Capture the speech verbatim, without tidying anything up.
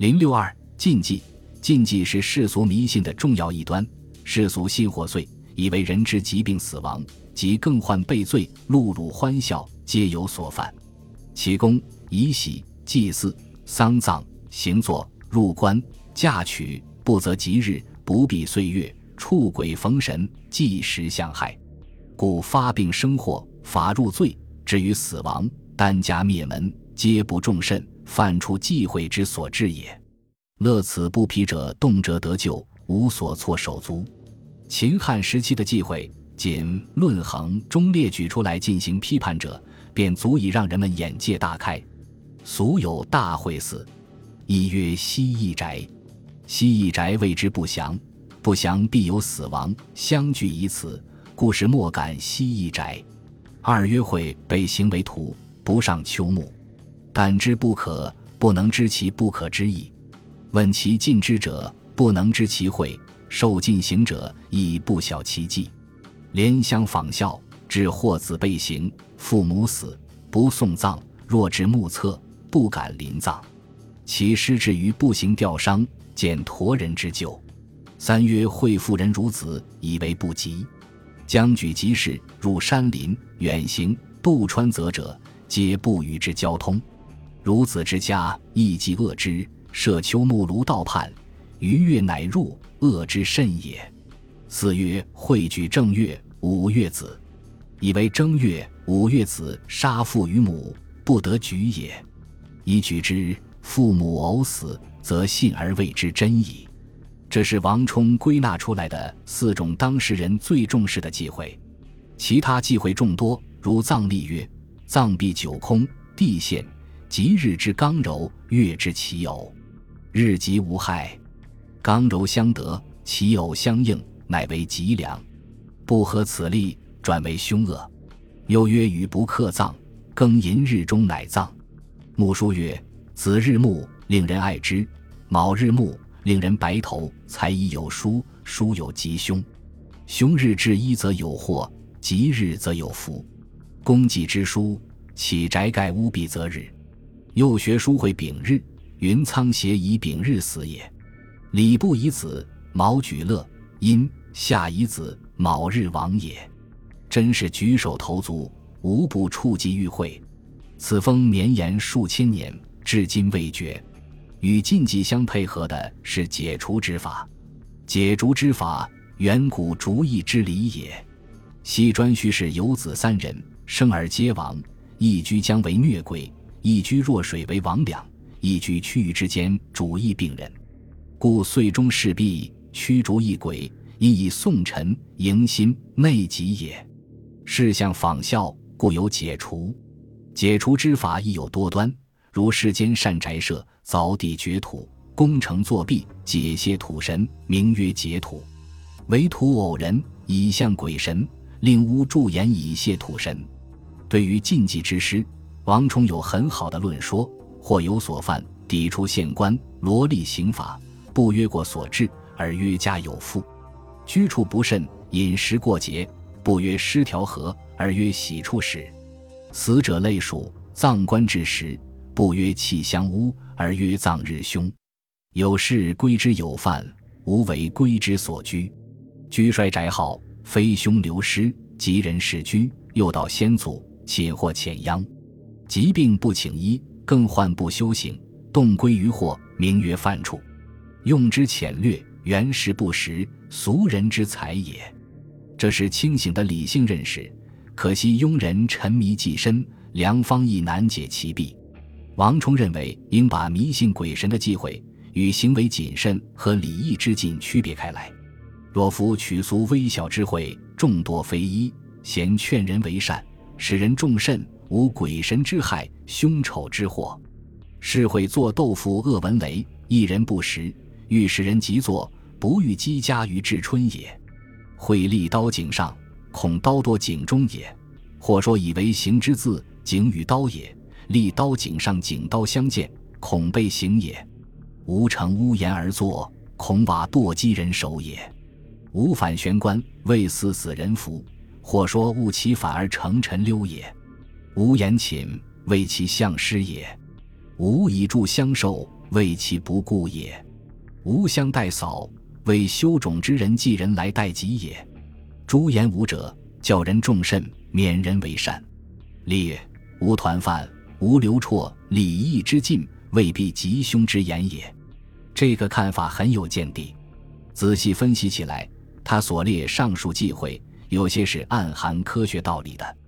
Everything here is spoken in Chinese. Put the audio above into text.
零六二禁忌。禁忌是世俗迷信的重要一端，世俗信或遂，以为人之疾病死亡及更患被罪、露辱欢笑，皆有所犯。其功以喜、祭祀、丧葬、行坐、入关、嫁娶，不择吉日，不避岁月，触鬼逢神，忌时相害。故发病生祸，罚入罪，至于死亡，单家灭门，皆不重慎，犯出忌讳之所致也。乐此不疲者，动辄得救，无所措手足。秦汉时期的忌讳，仅《论衡》中列举出来进行批判者，便足以让人们眼界大开。俗有大会寺，亦曰西义宅。西义宅谓之不祥，不祥必有死亡，相聚以此，故时莫敢西义宅。二曰会被行为徒，不上丘木，敢知不可，不能知其不可之意。问其禁之者，不能知其会；受禁行者，亦不晓其迹。怜香仿效，致或子被刑，父母死，不送葬，若至墓侧，不敢临葬。其失至于不行吊伤，见驮人之咎。三曰会妇人孺子，以为不及。将举急事，入山林远行，渡川泽者，皆不与之交通。孺子之家，亦既恶之，设丘木庐道畔，逾越乃入，恶之甚也。四曰会举正月、五月子，以为正月、五月子杀父与母，不得举也。以举之，父母偶死，则信而谓之真矣。这是王充归纳出来的四种当时人最重视的忌讳。其他忌讳众多，如藏历曰：藏必九空，地陷，吉日之刚柔，月之奇偶。日吉无害，刚柔相得，奇偶相应，乃为吉良。不合此例，转为凶恶。又曰与不克葬，庚寅日中乃葬。木书曰：子日木，令人爱之；卯日木，令人白头，才已有书，书有吉凶。凶日至一则有祸，吉日则有福。公祭之书，起宅盖屋必择日。又学书会丙日，云仓颉以丙日死也。礼部以子卯举乐，因夏以子卯日亡也。真是举手投足，无不触及于会。此风绵延数千年，至今未绝。与禁忌相配合的是解除之法。解除之法，远古逐义之理也。昔颛顼氏有子三人，生而皆亡，一居将为疟鬼，一居若水为魍魉，一居区域之间主义病人。故岁中事毕，驱逐一鬼，因以送臣迎心内疾也。事项仿效，故有解除。解除之法亦有多端，如世间善宅舍，凿地掘土，工程作弊，解些土神，名曰解土。为土偶人，以象鬼神，令屋驻言以谢土神。对于禁忌之师，王充有很好的论说。或有所犯，抵触县官，罗例刑法，不约过所致，而约家有妇。居处不慎，饮食过节，不约失调和，而约喜处时。死者类属，葬官至时，不约弃香屋，而约葬日凶。有事归之有犯，无为归之所居。居衰宅号，非凶流失，吉人世居，诱导先祖，且或遣殃。疾病不请医，更患不修行，动归于祸，名曰犯处。用之浅略，原实不实，俗人之才也。这是清醒的理性认识，可惜庸人沉迷既深，良方亦难解其弊。王充认为应把迷信鬼神的忌讳与行为谨慎和礼义之禁区别开来。若夫取俗微小之讳，众多非一，咸劝人为善，使人重慎，无鬼神之害，凶丑之祸。是会做豆腐恶闻雷，一人不食，欲使人急作，不欲积家于至春也。会立刀颈上，恐刀多颈中也。或说以为刑之字，颈与刀也，立刀颈上，颈刀相见，恐被刑也。无成屋檐而坐，恐瓦堕击人手也。无反玄关，为死死人服，或说误其反而成尘溜也。无言寝，为其相失也。无以助相受， 为其不顾也。无相代扫，为修种之人继人来代己也。诸言无者，教人重慎，免人为善。列无团犯，无流辍，礼义之尽，未必吉凶之言也。这个看法很有见地。仔细分析起来，他所列上述忌讳，有些是暗含科学道理的。